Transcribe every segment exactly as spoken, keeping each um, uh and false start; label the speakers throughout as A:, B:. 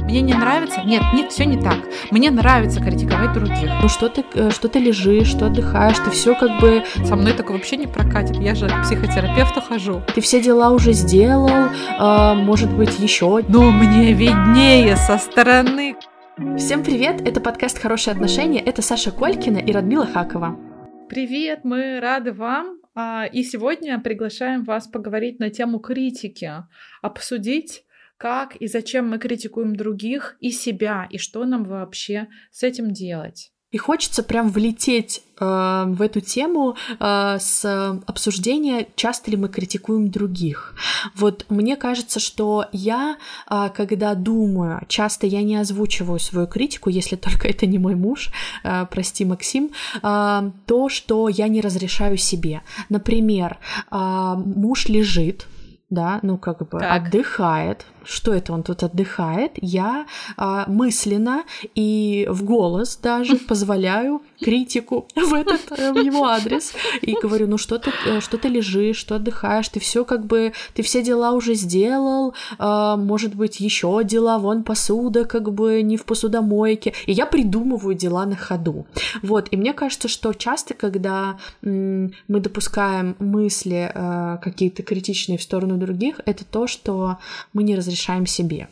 A: Мне не нравится? Нет, нет, все не так. Мне нравится критиковать других.
B: Ну что ты, что ты лежишь, что отдыхаешь, ты все как бы...
A: Со мной такое вообще не прокатит. Я же к психотерапевту хожу.
B: Ты все дела уже сделал, э, может быть, еще.
A: Но мне виднее со стороны.
B: Всем привет, это подкаст «Хорошие отношения», это Саша Колькина и Радмила Хакова.
A: Привет, мы рады вам. И сегодня приглашаем вас поговорить на тему критики, обсудить, как и зачем мы критикуем других и себя, и что нам вообще с этим делать.
B: И хочется прям влететь э, в эту тему э, с обсуждения, часто ли мы критикуем других. Вот мне кажется, что я, э, когда думаю, часто я не озвучиваю свою критику, если только это не мой муж, э, прости, Максим, э, то, что я не разрешаю себе. Например, э, муж лежит, да, ну как бы
A: так.
B: отдыхает. Что это он тут отдыхает? Я а, мысленно и в голос даже позволяю критику в этот в его адрес и говорю: ну что ты, что ты лежишь, что отдыхаешь, ты все как бы, ты все дела уже сделал, а, может быть еще дела, вон посуда как бы не в посудомойке, и я придумываю дела на ходу. Вот, и мне кажется, что часто, когда м, мы допускаем мысли а, какие-то критичные в сторону других, это то, что мы не разрешаем решаем себе.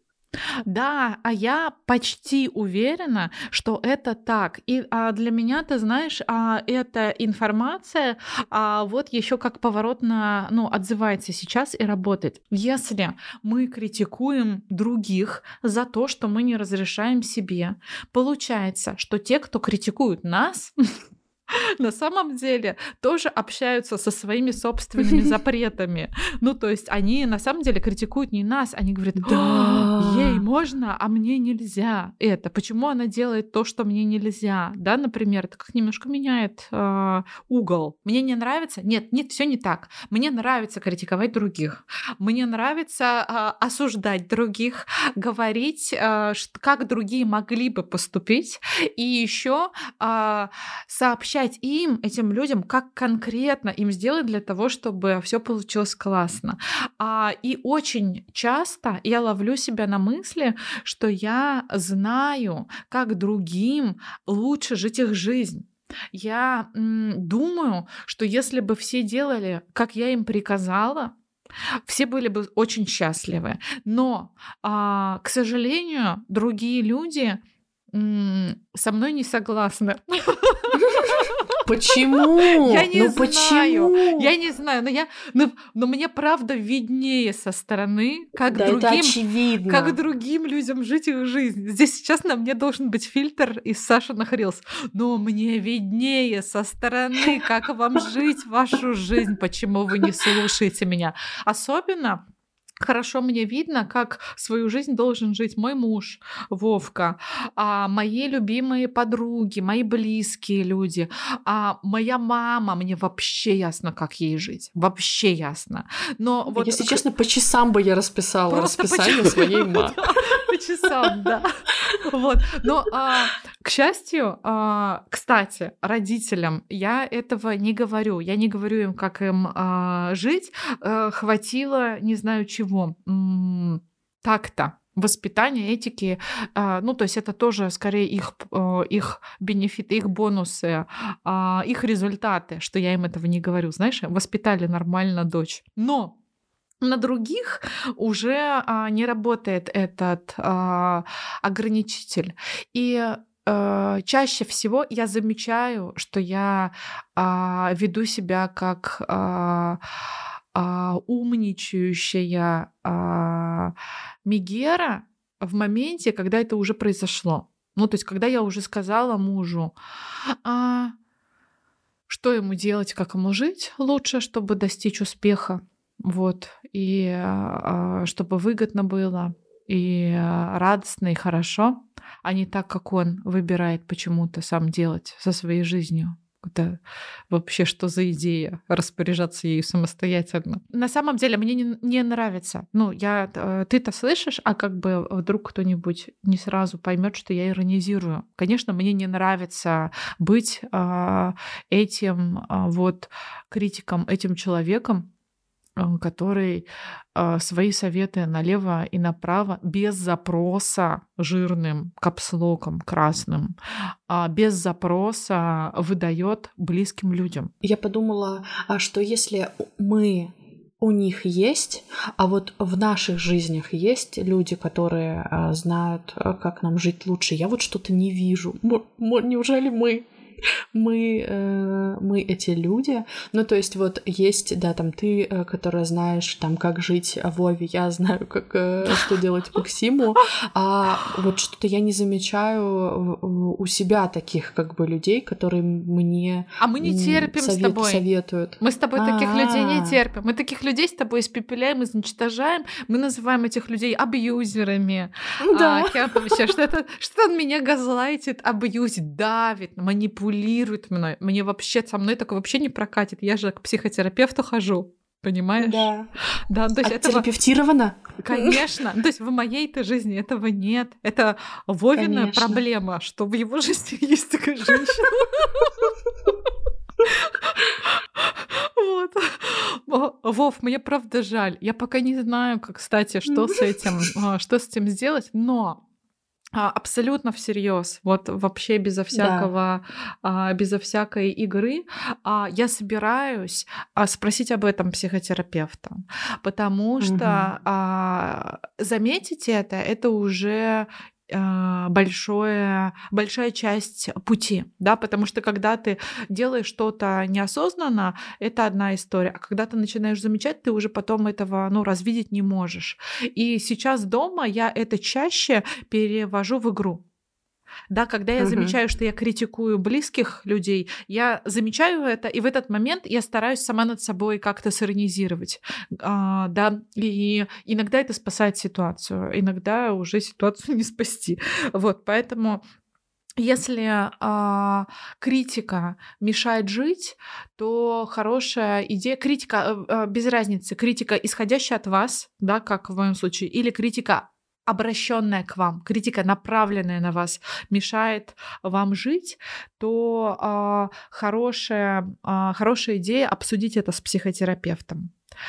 A: Да, а я почти уверена, что это так. И а, для меня, ты знаешь, а, эта информация а, вот еще как поворотно, ну, отзывается сейчас и работает. Если мы критикуем других за то, что мы не разрешаем себе, получается, что те, кто критикуют нас, на самом деле тоже общаются со своими собственными запретами. Ну, то есть они на самом деле критикуют не нас, они говорят: да. ей можно, а мне нельзя это. Почему она делает то, что мне нельзя? Да, например, это как немножко меняет э, угол. Мне не нравится? Нет, нет, все не так. Мне нравится критиковать других. Мне нравится э, осуждать других, говорить, э, как другие могли бы поступить, и еще э, сообщать им, этим людям, как конкретно им сделать для того, чтобы все получилось классно. А, и очень часто я ловлю себя на мысли, что я знаю, как другим лучше жить их жизнь. Я м, думаю, что если бы все делали, как я им приказала, все были бы очень счастливы. Но, а, к сожалению, другие люди м, со мной не согласны.
B: Почему?
A: Я не
B: ну,
A: знаю.
B: Почему?
A: Я не знаю, но я, но, но мне правда виднее со стороны, как
B: да,
A: другим,
B: это очевидно.
A: как другим людям жить их жизнь. Здесь сейчас на мне должен быть фильтр из Сашиных рилс. Но мне виднее со стороны, как вам жить вашу жизнь, почему вы не слушаете меня. Особенно хорошо мне видно, как свою жизнь должен жить мой муж Вовка, а мои любимые подруги, мои близкие люди, а моя мама, мне вообще ясно, как ей жить, вообще ясно. Но вот
B: если честно, по часам бы я расписала Просто расписание по своей мамы.
A: По часам, да. Вот. Но, а, к счастью, а, кстати, родителям я этого не говорю. Я не говорю им, как им а, жить. А, хватило, не знаю чего, м- так-то. Воспитание, этики, а, ну, то есть это тоже скорее их, их бенефиты, их бонусы, а, их результаты, что я им этого не говорю. Знаешь, воспитали нормально дочь. Но на других уже а, не работает этот а, ограничитель. И а, чаще всего я замечаю, что я а, веду себя как а, а, умничающая а, Мегера в моменте, когда это уже произошло. Ну, то есть, когда я уже сказала мужу, а, что ему делать, как ему жить лучше, чтобы достичь успеха. Вот, и а, чтобы выгодно было, и а, радостно, и хорошо, а не так, как он выбирает почему-то сам делать со своей жизнью. Это вообще что за идея распоряжаться ею самостоятельно? На самом деле мне не, не нравится. Ну, я, ты-то слышишь, а как бы вдруг кто-нибудь не сразу поймет, что я иронизирую. Конечно, мне не нравится быть а, этим а, вот критиком, этим человеком, а, который а, свои советы налево и направо без запроса жирным капслоком красным, а, без запроса выдает близким людям.
B: Я подумала, а что если мы у них есть, а вот в наших жизнях есть люди, которые а, знают, а, как нам жить лучше. Я вот что-то не вижу. М- м- неужели мы? Мы, э, мы эти люди. Ну, то есть вот есть, да, там ты, э, которая знаешь, там, как жить Вове, я знаю, как, э, что делать Максиму, а вот что-то я не замечаю в- в- у себя таких, как бы, людей, которые мне
A: А мы не
B: м,
A: терпим с
B: совет,
A: тобой.
B: советуют.
A: Мы с тобой таких людей не
B: А-а.
A: терпим. Мы таких людей с тобой испепеляем, изничтожаем. Мы называем этих людей абьюзерами. А,
B: Да.
A: кем там еще? Что-то, что он меня газлайтит, абьюзит, давит, манипулирует мной. Мне вообще, со мной такое вообще не прокатит. Я же к психотерапевту хожу. Понимаешь?
B: Да.
A: Да, то есть этого,
B: Оттерапевтировано?
A: конечно, ну, то есть в моей-то жизни этого нет. Это Вовина
B: Конечно.
A: проблема, что в его жизни есть такая женщина. Вот. Во- Вов, мне правда жаль. Я пока не знаю, как, кстати, что с этим, а, что с этим сделать, но а, абсолютно всерьез, вот вообще безо
B: Да.
A: всякого, а, безо всякой игры, а, я собираюсь а, спросить об этом психотерапевта, потому что
B: Мгм.
A: а, заметить это, это уже а, большое, большая часть пути, да, потому что когда ты делаешь что-то неосознанно, это одна история, а когда ты начинаешь замечать, ты уже потом этого, ну, развидеть не можешь. И сейчас дома я это чаще перевожу в игру. Да, когда я
B: Мгм.
A: замечаю, что я критикую близких людей, я замечаю это, и в этот момент я стараюсь сама над собой как-то сиронизировать. А, да, и иногда это спасает ситуацию, иногда уже ситуацию не спасти. Вот, поэтому если а, критика мешает жить, то хорошая идея, критика, э, э, без разницы, критика, исходящая от вас, да, как в моем случае, или критика, обращенная к вам, критика, направленная на вас, мешает вам жить, то а, хорошая, а, хорошая идея обсудить это с психотерапевтом.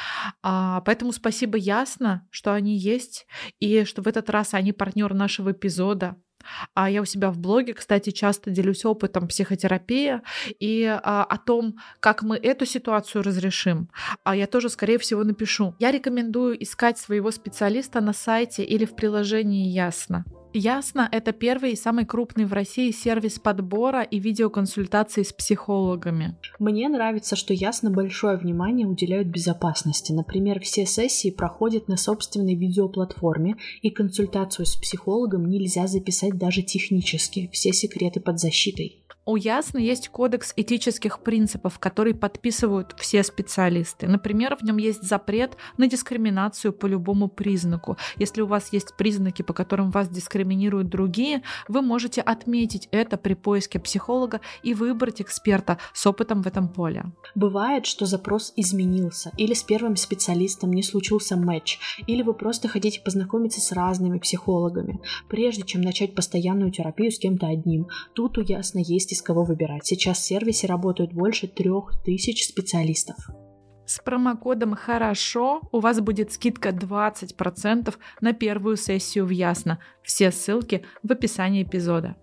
A: А, поэтому спасибо Ясно, что они есть, и что в этот раз они партнер нашего эпизода. А я у себя в блоге, кстати, часто делюсь опытом психотерапии и а, о том, как мы эту ситуацию разрешим. А я тоже, скорее всего, напишу. Я рекомендую искать своего специалиста на сайте или в приложении Ясно. Ясно — это первый и самый крупный в России сервис подбора и видеоконсультаций с психологами.
B: Мне нравится, что Ясно большое внимание уделяют безопасности. Например, все сессии проходят на собственной видеоплатформе, и консультацию с психологом нельзя записать даже технически. Все секреты под защитой.
A: У Ясно есть кодекс этических принципов, который подписывают все специалисты. Например, в нем есть запрет на дискриминацию по любому признаку. Если у вас есть признаки, по которым вас дискриминируют другие, вы можете отметить это при поиске психолога и выбрать эксперта с опытом в этом поле.
B: Бывает, что запрос изменился, или с первым специалистом не случился матч, или вы просто хотите познакомиться с разными психологами, прежде чем начать постоянную терапию с кем-то одним. Тут у Ясно есть из кого выбирать. Сейчас в сервисе работают больше трех тысяч специалистов.
A: С промокодом «Хорошо» у вас будет скидка двадцать процентов на первую сессию в Ясно. Все ссылки в описании эпизода.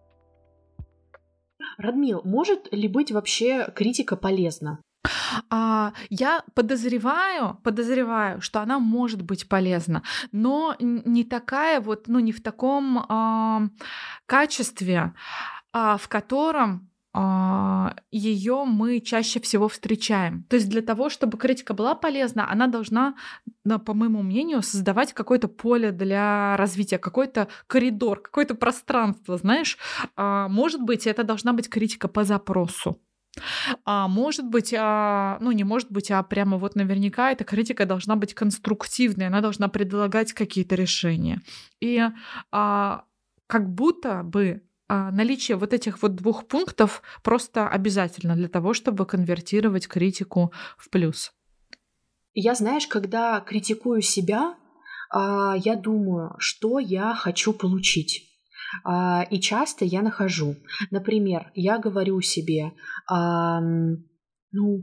B: Радмил, может ли быть вообще критика полезна?
A: А, я подозреваю, подозреваю, что она может быть полезна, но н- не такая вот, ну не в таком а, качестве, а, в котором ее мы чаще всего встречаем. То есть для того, чтобы критика была полезна, она должна, да, по моему мнению, создавать какое-то поле для развития, какой-то коридор, какое-то пространство, знаешь. А, может быть, это должна быть критика по запросу. А может быть, а, ну не может быть, а прямо вот наверняка эта критика должна быть конструктивной, она должна предлагать какие-то решения. И а, как будто бы а, наличие вот этих вот двух пунктов просто обязательно для того, чтобы конвертировать критику в плюс.
B: Я, знаешь, когда критикую себя, а, я думаю, что я хочу получить. А, И часто я нахожу. Например, я говорю себе, ам, ну,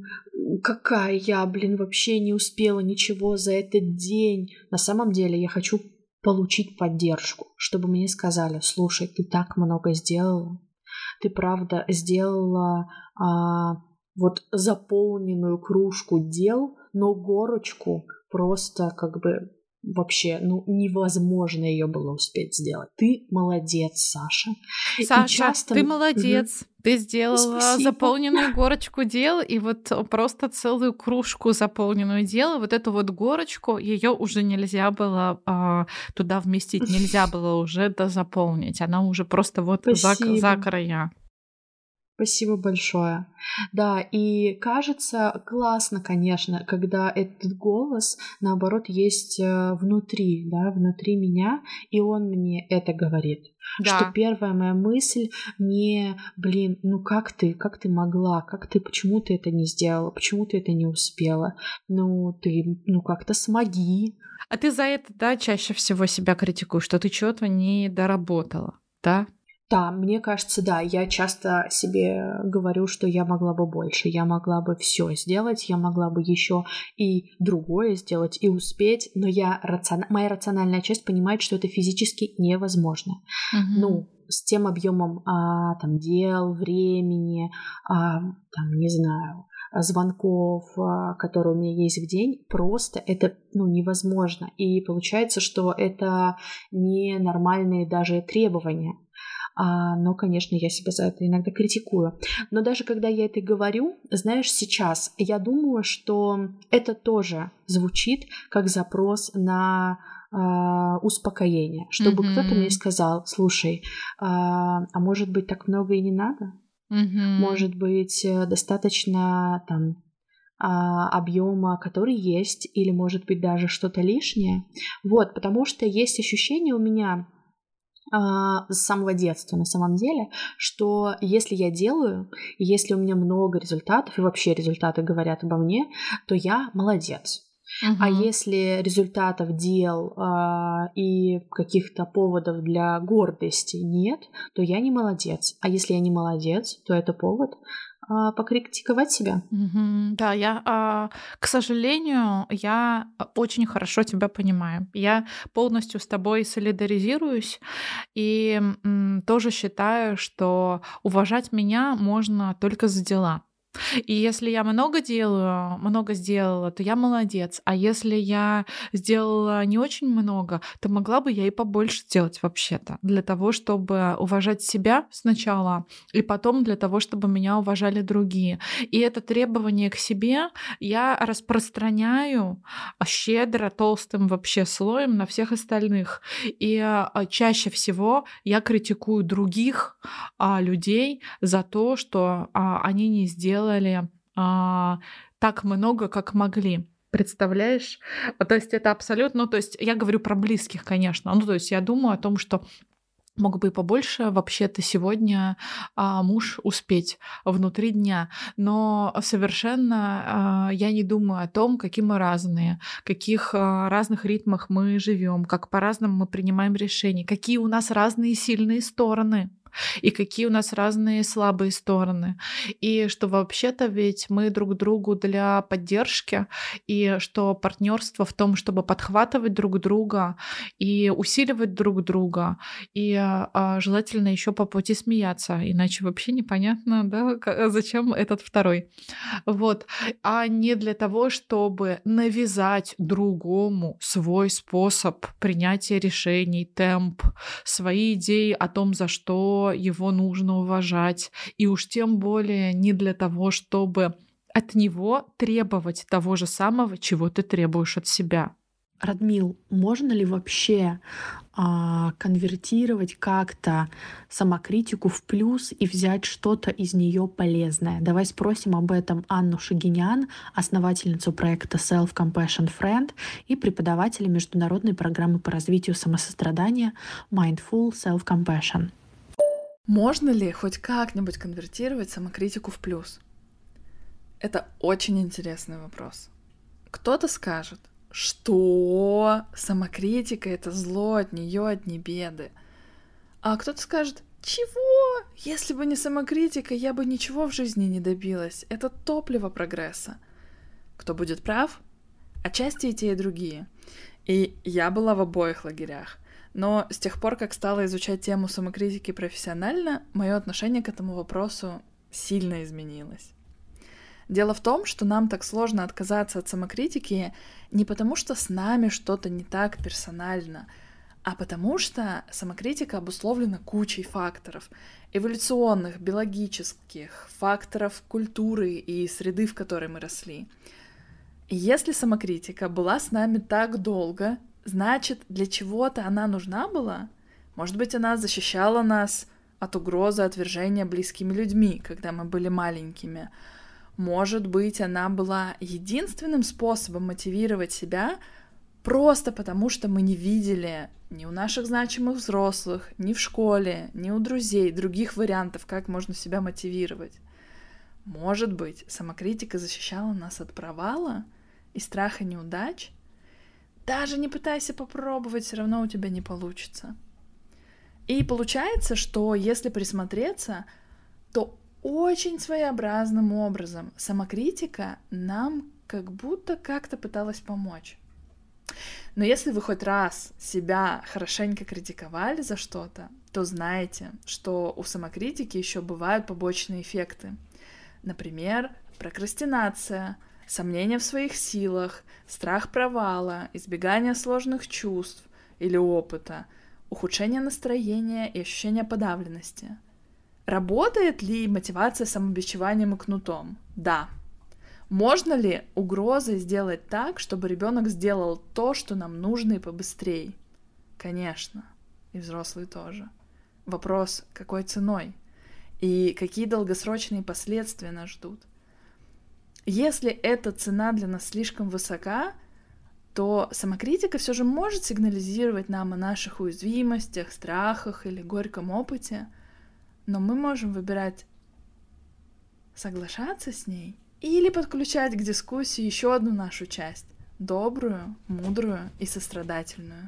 B: какая я, блин, вообще не успела ничего за этот день. На самом деле я хочу получить поддержку, чтобы мне сказали: слушай, ты так много сделала, ты правда сделала а, вот заполненную кружку дел, но горочку просто как бы вообще, ну, невозможно ее было успеть сделать. Ты молодец, Саша.
A: Саша,
B: И часто...
A: ты молодец.
B: Угу.
A: Ты сделала
B: Спасибо.
A: заполненную горочку дел, и вот просто целую кружку заполненную дел, вот эту вот горочку, ее уже нельзя было а, туда вместить, нельзя было уже дозаполнить. Она уже просто вот за, за края.
B: Спасибо большое. Да, и кажется классно, конечно, когда этот голос, наоборот, есть внутри, да, внутри меня, и он мне это говорит. Да. Что первая моя мысль не, блин, ну как ты, как ты могла, как ты, почему ты это не сделала, почему ты это не успела, ну ты, ну как-то смоги.
A: А ты за это, да, чаще всего себя критикуешь, что ты чего-то не доработала, да?
B: Да, мне кажется, да, я часто себе говорю, что я могла бы больше, я могла бы все сделать, я могла бы еще и другое сделать, и успеть, но я рацион... моя рациональная часть понимает, что это физически невозможно.
A: Угу.
B: Ну, с тем объемом а, там дел, времени, а, там, не знаю, звонков, а, которые у меня есть в день, просто это, ну, невозможно. И получается, что это ненормальные даже требования. А, но, конечно, я себя за это иногда критикую. Но даже когда я это говорю, знаешь, сейчас я думаю, что это тоже звучит как запрос на а, успокоение, чтобы mm-hmm. кто-то мне сказал: слушай, а, а может быть, так много и не надо? Mm-hmm. Может быть, достаточно там объема, который есть, или может быть даже что-то лишнее. Вот, потому что есть ощущение у меня с самого детства, на самом деле, что если я делаю, если у меня много результатов, и вообще результаты говорят обо мне, то я молодец. Uh-huh. А если результатов, дел э, и каких-то поводов для гордости нет, то я не молодец. А если я не молодец, то это повод э, покритиковать себя.
A: Uh-huh. Да, я, э, к сожалению, я очень хорошо тебя понимаю. Я полностью с тобой солидаризируюсь и м, тоже считаю, что уважать меня можно только за дела. И если я много делаю, много сделала, то я молодец. А если я сделала не очень много, то могла бы я и побольше сделать вообще-то. Для того, чтобы уважать себя сначала, и потом для того, чтобы меня уважали другие. И это требование к себе я распространяю щедро, толстым вообще слоем на всех остальных. И чаще всего я критикую других а, людей за то, что а, они не сделали А, так много, как могли. Представляешь? То есть это абсолютно... Ну, то есть я говорю про близких, конечно. Ну, то есть я думаю о том, что мог бы и побольше вообще-то сегодня а, муж успеть внутри дня. Но совершенно а, я не думаю о том, какие мы разные, в каких а, разных ритмах мы живем, как по-разному мы принимаем решения, какие у нас разные сильные стороны. И какие у нас разные слабые стороны. И что вообще-то ведь мы друг другу для поддержки, и что партнерство в том, чтобы подхватывать друг друга и усиливать друг друга, и а, желательно еще по пути смеяться, иначе вообще непонятно, да, зачем этот второй. Вот. А не для того, чтобы навязать другому свой способ принятия решений, темп, свои идеи о том, за что его нужно уважать, и уж тем более не для того, чтобы от него требовать того же самого, чего ты требуешь от себя.
B: Радмил, можно ли вообще а, конвертировать как-то самокритику в плюс и взять что-то из нее полезное? Давай спросим об этом Анну Шагинян, основательницу проекта Self Compassion Friend и преподавателя международной программы по развитию самосострадания Mindful Self Compassion.
C: Можно ли хоть как-нибудь конвертировать самокритику в плюс? Это очень интересный вопрос. Кто-то скажет, что самокритика — это зло, от нее одни беды. А кто-то скажет, Чего? Если бы не самокритика, я бы ничего в жизни не добилась. Это топливо прогресса. Кто будет прав? Отчасти и те, и другие. И я была в обоих лагерях. Но с тех пор, как стала изучать тему самокритики профессионально, мое отношение к этому вопросу сильно изменилось. Дело в том, что нам так сложно отказаться от самокритики не потому, что с нами что-то не так персонально, а потому что самокритика обусловлена кучей факторов. Эволюционных, биологических, факторов культуры и среды, в которой мы росли. И если самокритика была с нами так долго, значит, для чего-то она нужна была? Может быть, она защищала нас от угрозы отвержения близкими людьми, когда мы были маленькими. Может быть, она была единственным способом мотивировать себя просто потому, что мы не видели ни у наших значимых взрослых, ни в школе, ни у друзей других вариантов, как можно себя мотивировать. Может быть, самокритика защищала нас от провала и страха неудач? Даже не пытайся попробовать, все равно у тебя не получится. И получается, что если присмотреться, то очень своеобразным образом самокритика нам как будто как-то пыталась помочь. Но если вы хоть раз себя хорошенько критиковали за что-то, то знаете, что у самокритики еще бывают побочные эффекты. Например, прокрастинация, сомнение в своих силах, страх провала, избегание сложных чувств или опыта, ухудшение настроения и ощущение подавленности. Работает ли мотивация самобичеванием и кнутом? Да. Можно ли угрозой сделать так, чтобы ребенок сделал то, что нам нужно и побыстрее? Конечно. И взрослые тоже. Вопрос, какой ценой? И какие долгосрочные последствия нас ждут? Если эта цена для нас слишком высока, то самокритика все же может сигнализировать нам о наших уязвимостях, страхах или горьком опыте, но мы можем выбирать соглашаться с ней или подключать к дискуссии еще одну нашу часть, добрую, мудрую и сострадательную.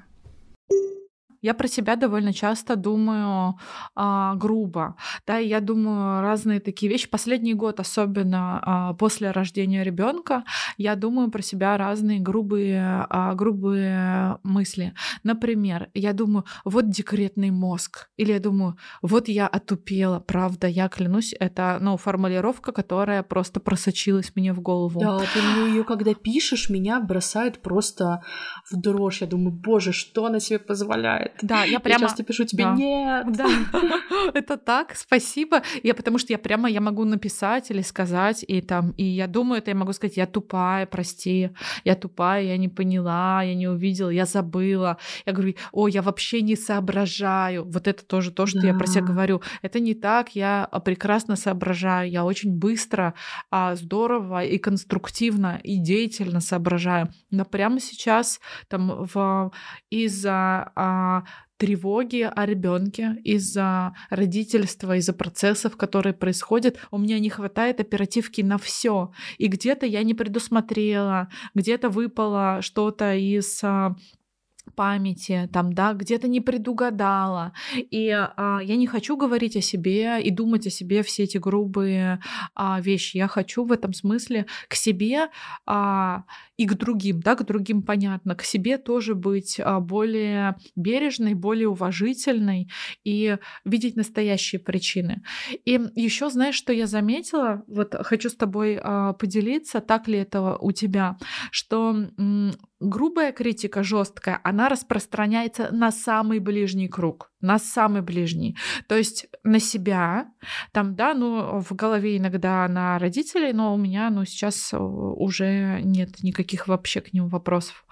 A: Я про себя довольно часто думаю а, грубо, да, и я думаю разные такие вещи. Последний год, особенно а, после рождения ребенка, я думаю про себя разные грубые, а, грубые мысли. Например, я думаю, вот декретный мозг, или я думаю, вот я отупела, правда, я клянусь, это, ну, формулировка, которая просто просочилась мне в голову.
B: Да, ты мне ее, когда пишешь, меня бросает просто в дрожь. Я думаю, боже, что она себе позволяет?
A: Да, я прямо...
B: Я часто пишу тебе,
A: да.
B: нет.
A: Да, это так, спасибо. Я потому что я прямо, я могу написать или сказать, и там, и я думаю, это я могу сказать, я тупая, прости, я тупая, я не поняла, я не увидела, я забыла. Я говорю, о, я вообще не соображаю. Вот это тоже то, что
B: Да.
A: я про себя говорю. Это не так, я прекрасно соображаю, я очень быстро, а, здорово и конструктивно и деятельно соображаю. Но прямо сейчас там в, из-за а, тревоги о ребенке, из-за родительства, из-за процессов, которые происходят, у меня не хватает оперативки на все. И где-то я не предусмотрела, где-то выпало что-то из а, памяти, там, да, где-то не предугадала. И а, я не хочу говорить о себе и думать о себе все эти грубые а, вещи. Я хочу в этом смысле к себе а, и к другим, да, к другим понятно, к себе тоже быть а, более бережной, более уважительной и видеть настоящие причины. И еще, знаешь, что я заметила? Вот хочу с тобой а, поделиться, так ли это у тебя, что м- грубая критика, жесткая, она распространяется на самый ближний круг, на самый ближний. То есть на себя, там, да, ну, в голове иногда на родителей, но у меня, ну, сейчас уже нет никаких вообще к ним вопросов.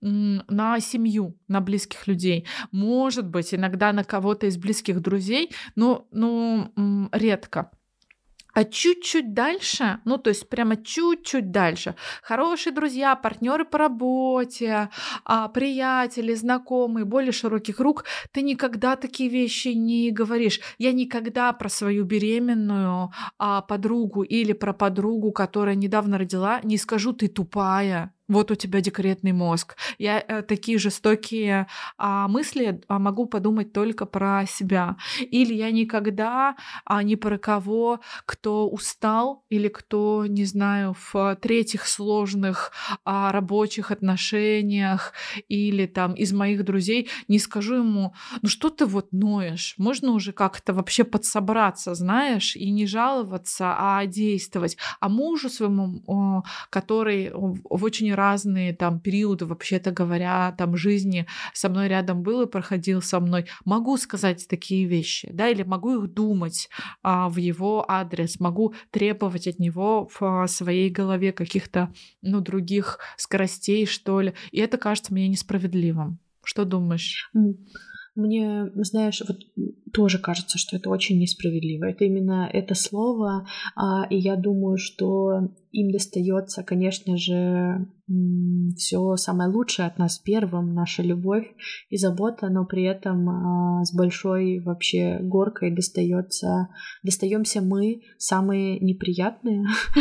A: На семью, на близких людей. Может быть, иногда на кого-то из близких друзей, но, ну, редко. А чуть-чуть дальше, ну, то есть прямо чуть-чуть дальше, хорошие друзья, партнеры по работе, а, приятели, знакомые, более широкий круг, ты никогда такие вещи не говоришь. Я никогда про свою беременную а, подругу или про подругу, которая недавно родила, не скажу «ты тупая». вот у тебя декретный мозг. Я э, такие жестокие а, мысли а, могу подумать только про себя. Или я никогда а, ни про кого, кто устал или кто, не знаю, в третьих сложных а, рабочих отношениях или там из моих друзей, не скажу ему, ну что ты вот ноешь? Можно уже как-то вообще подсобраться, знаешь, и не жаловаться, а действовать. А мужу своему, о, который в в очень разные там периоды, вообще-то говоря, там жизни со мной рядом был и проходил со мной, могу сказать такие вещи, да, или могу их думать а, в его адрес, могу требовать от него в а, своей голове каких-то, ну, других скоростей, что ли. И это кажется мне несправедливым. Что думаешь?
B: М, Мне, знаешь, вот тоже кажется, что это очень несправедливо. Это именно это слово, а, и я думаю, что им достается, конечно же, все самое лучшее от нас первым, наша любовь и забота, но при этом а, с большой вообще горкой достается, достаемся мы, самые неприятные,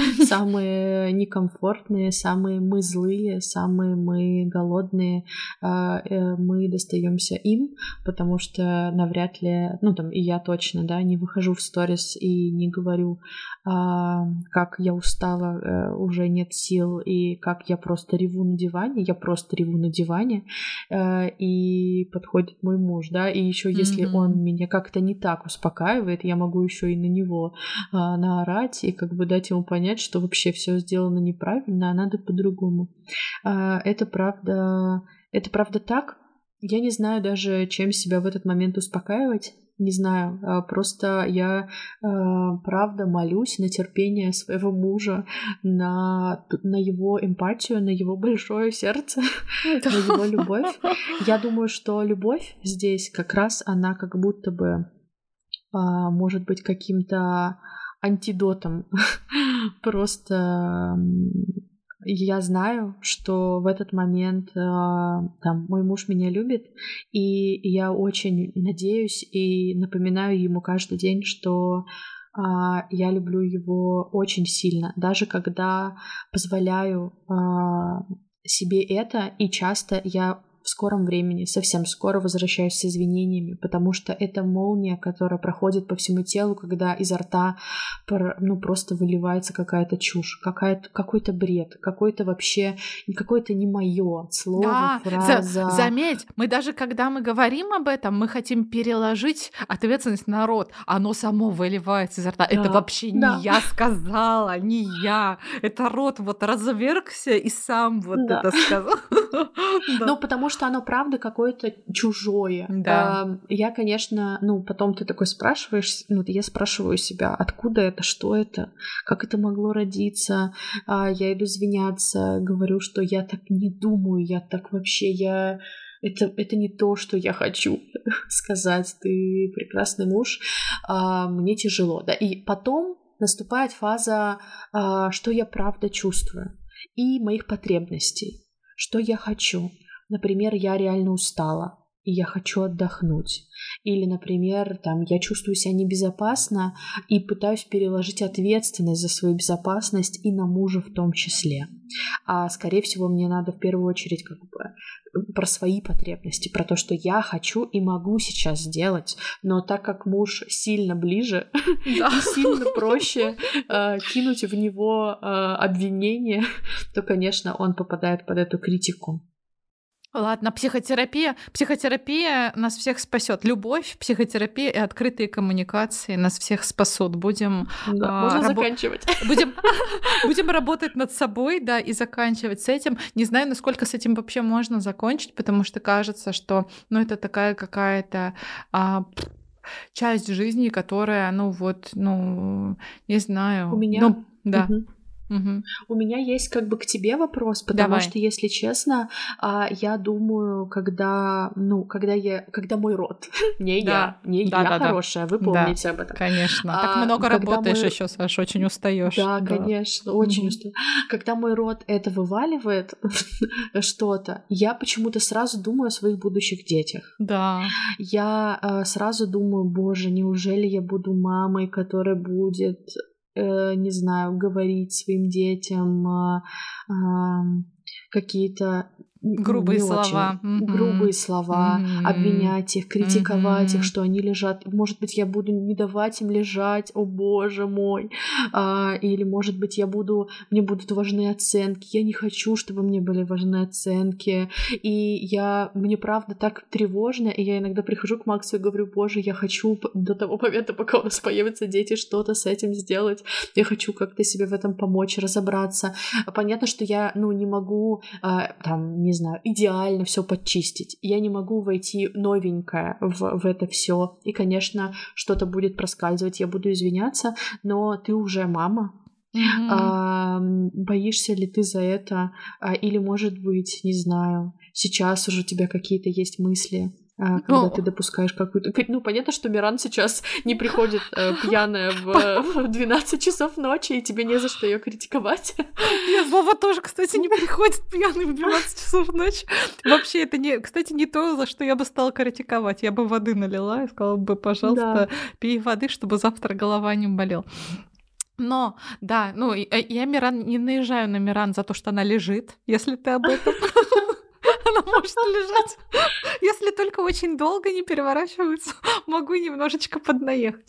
B: самые некомфортные, самые мы злые, самые мы голодные, а, э, мы достаемся им, потому что навряд ли, ну там и я точно, да, не выхожу в сторис и не говорю, а, как я устала, э, уже нет сил, и как я просто реву на диване, я просто реву на диване, э, и подходит мой муж, да, и еще если
A: Мгм.
B: он меня как-то не так успокаивает, я могу еще и на него а, наорать и как бы дать ему понять, что вообще все сделано неправильно, а надо по-другому. А, это правда, это правда так. Я не знаю даже, чем себя в этот момент успокаивать. Не знаю, а, просто я а, правда молюсь на терпение своего мужа, на, на его эмпатию, на его большое сердце, на его любовь. Я думаю, что любовь здесь как раз она как будто бы а, может быть каким-то антидотом. Просто м, я знаю, что в этот момент а, там мой муж меня любит, и я очень надеюсь и напоминаю ему каждый день, что а, я люблю его очень сильно, даже когда позволяю а, себе это, и часто я в скором времени, совсем скоро возвращаюсь с извинениями, потому что это молния, которая проходит по всему телу, когда изо рта ну, просто выливается какая-то чушь, какая-то, какой-то бред, какой-то вообще, какое-то не мое слово,
A: Да, за-
B: фраза.
A: заметь, мы даже когда мы говорим об этом, мы хотим переложить ответственность на рот. Оно само выливается изо рта. Это
B: Да,
A: вообще не
B: да,
A: я сказала, не я. Это рот вот развергся и сам вот
B: да.
A: это сказал. Да.
B: Ну, потому что оно, правда, какое-то чужое.
A: Да.
B: Эм, Я, конечно, ну, потом ты такой спрашиваешь, ну, я спрашиваю себя, откуда это, что это, как это могло родиться. А, Я иду извиняться, говорю, что я так не думаю, я так вообще, я... Это, это не то, что я хочу сказать. Ты прекрасный муж, а, мне тяжело, да. И потом наступает фаза, а, что я правда чувствую, и моих потребностей. Что я хочу? Например, я реально устала, и я хочу отдохнуть. Или, например, там, я чувствую себя небезопасно и пытаюсь переложить ответственность за свою безопасность и на мужа в том числе. А, скорее всего, мне надо в первую очередь как бы про свои потребности, про то, что я хочу и могу сейчас сделать. Но так как муж сильно ближе
A: Да.
B: и сильно проще э, кинуть в него э, обвинение, то, конечно, он попадает под эту критику.
A: Ладно, психотерапия. Психотерапия нас всех спасет. Любовь, психотерапия и открытые коммуникации нас всех спасут. Будем,
B: Да,
A: а,
B: можно
A: рабо-
B: заканчивать.
A: будем, будем работать над собой, да, и заканчивать с этим. Не знаю, насколько с этим вообще можно закончить, потому что кажется, что, ну, это такая какая-то а, пф, часть жизни, которая, ну, вот, ну, не знаю,
B: У меня...
A: ну, да.
B: Мгм.
A: Мгм.
B: У меня есть как бы к тебе вопрос, потому
A: Давай.
B: что, если честно, а, я думаю, когда, ну, когда я, когда мой род, не
A: Да.
B: я, не
A: Да,
B: я
A: да, да.
B: хорошая, вы
A: Да.
B: помните об этом.
A: Конечно. Так
B: А,
A: много
B: когда
A: работаешь
B: мы-
A: еще, Саша, очень устаешь.
B: Да, конечно, очень
A: Мгм.
B: устаю. Когда мой род это вываливает что-то, я почему-то сразу думаю о своих будущих детях.
A: Да.
B: Я э, сразу думаю, боже, неужели я буду мамой, которая будет, э, не знаю, говорить своим детям, э, э, какие-то
A: грубые
B: не
A: слова,
B: очень
A: mm-hmm.
B: грубые слова, mm-hmm. обвинять их, критиковать mm-hmm. их, что они лежат. Может быть, я буду не давать им лежать, о боже мой. А, или, может быть, я буду, мне будут важны оценки. Я не хочу, чтобы мне были важны оценки. И я, мне правда так тревожно, и я иногда прихожу к Максу и говорю: боже, я хочу до того момента, пока у нас появятся дети, что-то с этим сделать. Я хочу как-то себе в этом помочь, разобраться. Понятно, что я, ну, не могу, а, там, не знаю, идеально все подчистить. Я не могу войти новенькое в, в это все. И, конечно, что-то будет проскальзывать, я буду извиняться, но ты уже мама. Mm-hmm. А, боишься ли ты за это? А, или, может быть, не знаю, сейчас уже у тебя какие-то есть мысли, а, когда oh. ты допускаешь какую-то... Ну, понятно, что Миран сейчас не приходит э, пьяная в, в двенадцать часов ночи, и тебе не за что ее критиковать.
A: Нет, Вова тоже, кстати, не приходит пьяный в двенадцать часов ночи. Вообще, это, не, кстати, не то, за что я бы стала критиковать. Я бы воды налила и сказала бы: пожалуйста, да. пей воды, чтобы завтра голова не болела. Но, да, ну, я Миран, не наезжаю на Миран за то, что она лежит, если ты об этом... Она может лежать, если только очень долго не переворачивается, могу немножечко поднаехать.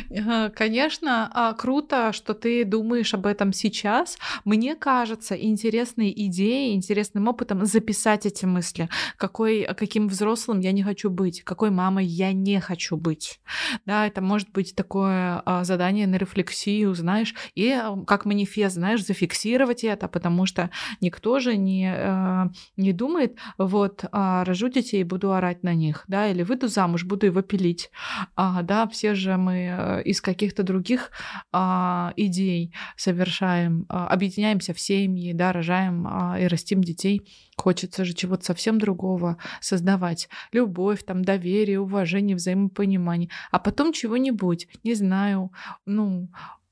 A: Конечно, круто, что ты думаешь об этом сейчас. Мне кажется, интересной идеей, интересным опытом записать эти мысли. Какой, каким взрослым я не хочу быть, какой мамой я не хочу быть. Да, это может быть такое задание на рефлексию, знаешь, и как манифест, знаешь, зафиксировать это, потому что никто же не, не думает: вот, а, рожу детей и буду орать на них, да, или выйду замуж, буду его пилить, а, да, все же мы из каких-то других а, идей совершаем, а, объединяемся в семьи, да, рожаем а, и растим детей. Хочется же чего-то совсем другого создавать. Любовь, там, доверие, уважение, взаимопонимание. А потом чего-нибудь, не знаю, ну...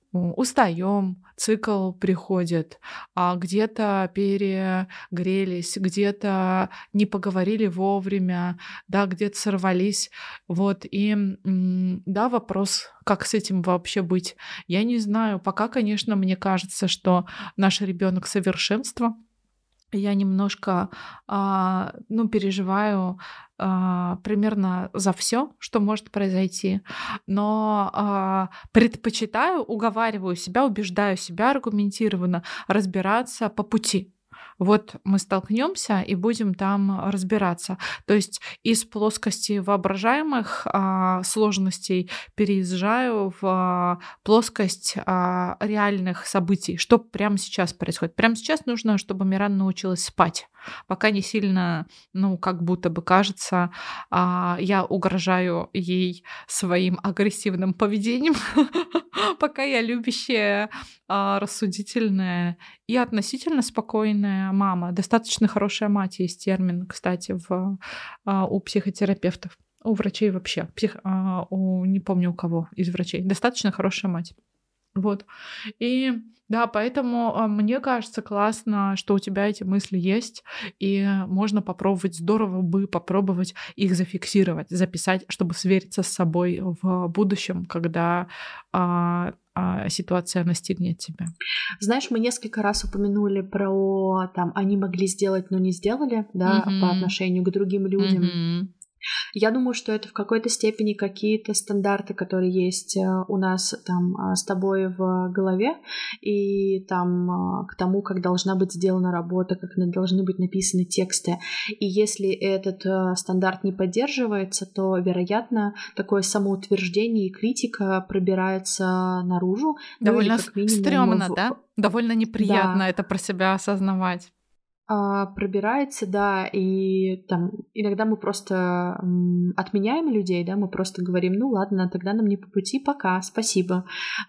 A: устаем, цикл приходит, а где-то перегрелись, где-то не поговорили вовремя, да, где-то сорвались, вот, и, да, вопрос, как с этим вообще быть, я не знаю, пока, конечно, мне кажется, что наш ребенок совершенство. Я немножко, а, ну, переживаю а, примерно за все, что может произойти, но а, предпочитаю, уговариваю себя, убеждаю себя аргументированно разбираться по пути. Вот мы столкнемся и будем там разбираться. То есть из плоскости воображаемых а, сложностей переезжаю в а, плоскость а, реальных событий. Что прямо сейчас происходит? Прямо сейчас нужно, чтобы Миран научилась спать. Пока не сильно, ну, как будто бы кажется, а, я угрожаю ей своим агрессивным поведением, пока я любящая, а, рассудительная и относительно спокойная мама. Достаточно хорошая мать, есть термин, кстати, в, а, у психотерапевтов, у врачей вообще, псих, а, у, не помню у кого из врачей. Достаточно хорошая мать. Вот. И да, поэтому мне кажется классно, что у тебя эти мысли есть, и можно попробовать, здорово бы попробовать их зафиксировать, записать, чтобы свериться с собой в будущем, когда а, а, ситуация настигнет тебя.
B: Знаешь, мы несколько раз упомянули про там они могли сделать, но не сделали, да, mm-hmm. по отношению к другим людям. Mm-hmm. Я думаю, что это в какой-то степени какие-то стандарты, которые есть у нас там с тобой в голове, и там к тому, как должна быть сделана работа, как должны быть написаны тексты. И если этот стандарт не поддерживается, то, вероятно, такое самоутверждение и критика пробирается наружу.
A: Довольно
B: ну, как минимум,
A: стрёмно,
B: в...
A: да? Довольно неприятно
B: да.
A: это про себя осознавать.
B: Пробирается, да, и там иногда мы просто м, отменяем людей, да, мы просто говорим: ну ладно, тогда нам не по пути, пока, спасибо.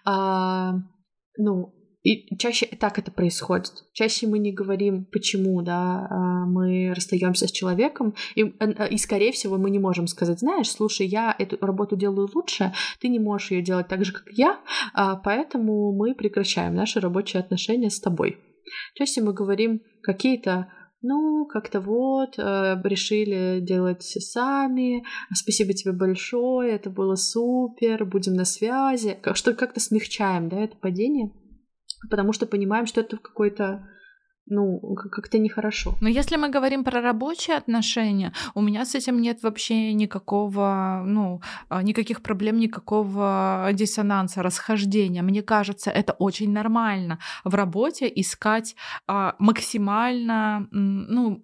B: А, ну, и чаще так это происходит. Чаще мы не говорим, почему, да, мы расстаемся с человеком, и, и, скорее всего, мы не можем сказать: знаешь, слушай, я эту работу делаю лучше, ты не можешь ее делать так же, как я, поэтому мы прекращаем наши рабочие отношения с тобой. Чаще мы говорим какие-то, ну, как-то вот, э, решили делать сами, спасибо тебе большое, это было супер, будем на связи, как, что как-то смягчаем, да, это падение, потому что понимаем, что это какой-то, ну, как-то нехорошо.
A: Но если мы говорим про рабочие отношения, у меня с этим нет вообще никакого, ну, никаких проблем, никакого диссонанса, расхождения. Мне кажется, это очень нормально в работе искать а, максимально, ну,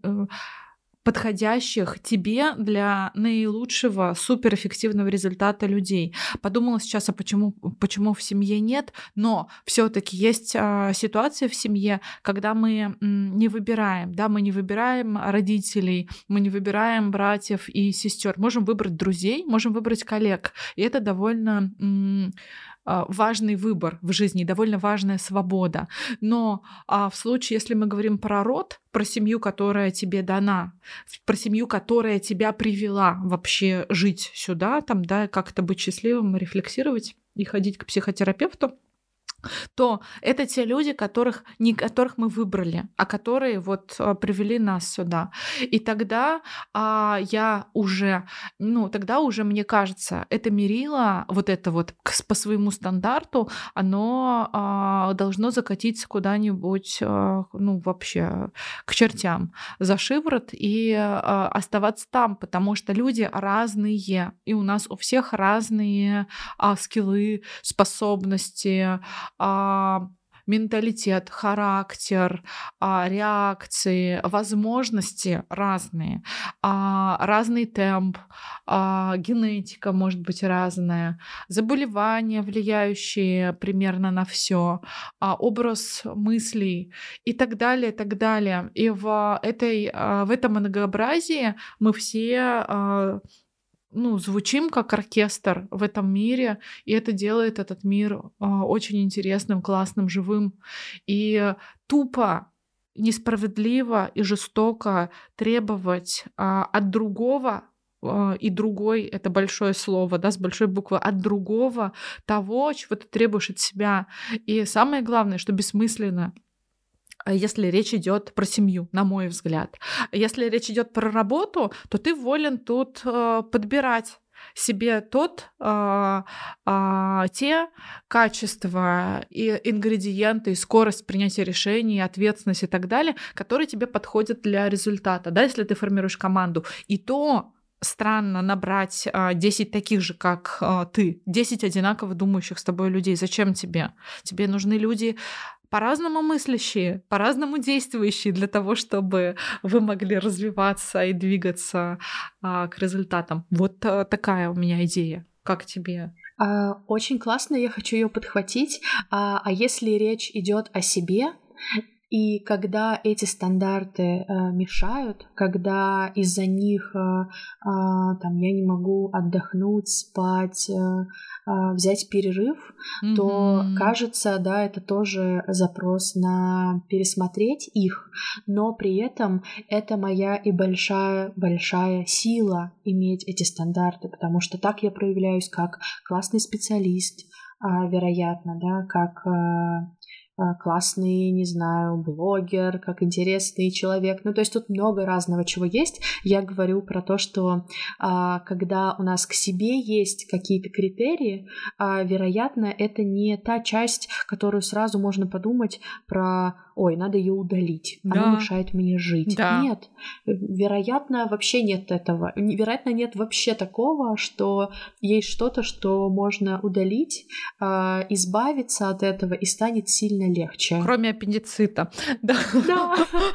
A: подходящих тебе для наилучшего суперэффективного результата людей. Подумала сейчас, а почему, почему в семье нет, но все-таки есть а, ситуации в семье, когда мы м, не выбираем, да, мы не выбираем родителей, мы не выбираем братьев и сестер, можем выбрать друзей, можем выбрать коллег, и это довольно м, важный выбор в жизни, довольно важная свобода. Но а, в случае, если мы говорим про род, про семью, которая тебе дана, про семью, которая тебя привела вообще жить сюда, там, да, как-то быть счастливым, рефлексировать и ходить к психотерапевту, то это те люди, которых, не которых мы выбрали, а которые вот привели нас сюда. И тогда а, я уже, ну, тогда уже, мне кажется, это мерило, вот это вот по своему стандарту, оно а, должно закатиться куда-нибудь, а, ну, вообще к чертям за шиворот и а, оставаться там, потому что люди разные, и у нас у всех разные а, скиллы, способности, А, менталитет, характер, а, реакции, возможности разные, а, разный темп, а, генетика может быть разная, заболевания, влияющие примерно на все, а, образ мыслей и так далее, так далее. И в этой, а, в этом многообразии мы все а, ну, звучим как оркестр в этом мире, и это делает этот мир э, очень интересным, классным, живым. И тупо, несправедливо и жестоко требовать э, от другого, э, и другой — это большое слово, да, с большой буквы, от другого того, чего ты требуешь от себя. И самое главное, что бессмысленно, если речь идет про семью, на мой взгляд. Если речь идет про работу, то ты волен тут э, подбирать себе тот, э, э, те качества и ингредиенты, и скорость принятия решений, ответственность и так далее, которые тебе подходят для результата, да, если ты формируешь команду. И то странно набрать а, десять таких же, как а, ты, десять одинаково думающих с тобой людей. Зачем тебе? Тебе нужны люди по-разному мыслящие, по-разному действующие для того, чтобы вы могли развиваться и двигаться а, к результатам. Вот а, такая у меня идея. Как тебе?
B: А, очень классно, я хочу ее подхватить. А, а если речь идет о себе, и когда эти стандарты э, мешают, когда из-за них э, э, там я не могу отдохнуть, спать, э, э, взять перерыв, mm-hmm. то кажется, да, это тоже запрос на пересмотреть их, но при этом это моя и большая-большая сила иметь эти стандарты, потому что так я проявляюсь как классный специалист, э, вероятно, да, как э, классный, не знаю, блогер, как интересный человек. Ну, то есть тут много разного чего есть. Я говорю про то, что а, когда у нас к себе есть какие-то критерии, а, вероятно, это не та часть, которую сразу можно подумать про «Ой, надо ее удалить, да. Она мешает мне жить». Да. Нет, вероятно, вообще нет этого. Вероятно, нет вообще такого, что есть что-то, что можно удалить, а, избавиться от этого и станет сильно легче.
A: Кроме аппендицита. Да.
B: Да.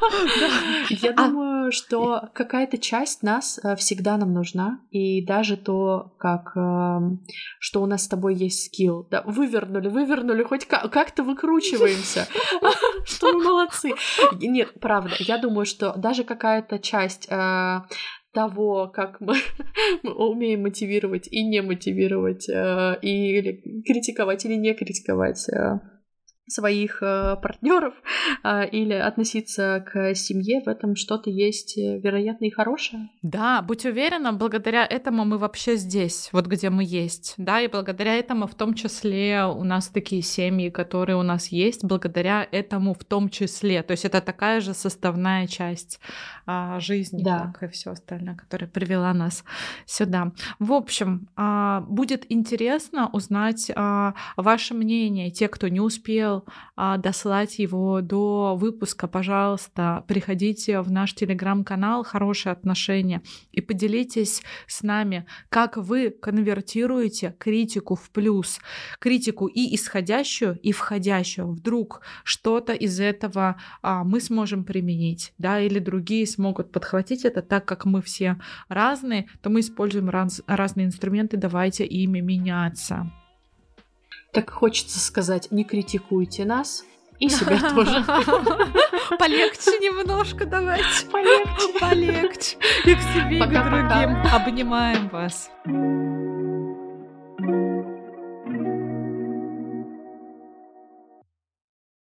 B: Я думаю, что какая-то часть нас всегда нам нужна, и даже то, как что у нас с тобой есть скилл. Да, вывернули, вывернули, хоть как-то выкручиваемся. Что мы молодцы. Нет, правда, я думаю, что даже какая-то часть того, как мы, мы умеем мотивировать и не мотивировать, э, или критиковать или не критиковать э, своих э, партнеров э, или относиться к семье, в этом что-то есть, вероятно, и хорошее.
A: Да, будь уверена, благодаря этому мы вообще здесь, вот где мы есть, да, и благодаря этому в том числе у нас такие семьи, которые у нас есть, благодаря этому в том числе, то есть это такая же составная часть а, жизни, да. Как и все остальное, которая привела нас сюда. В общем, а, будет интересно узнать а, ваше мнение, те, кто не успел успел а, дослать его до выпуска, пожалуйста, приходите в наш телеграм-канал «Хорошие отношения» и поделитесь с нами, как вы конвертируете критику в плюс, критику и исходящую, и входящую. Вдруг что-то из этого а, мы сможем применить, да, или другие смогут подхватить это, так как мы все разные, то мы используем раз, разные инструменты, давайте ими меняться.
B: Так хочется сказать, не критикуйте нас и себя тоже.
A: Полегче немножко давайте.
B: Полегче.
A: Полегче. И к себе, и к
B: Пока-пока.
A: другим. Обнимаем вас.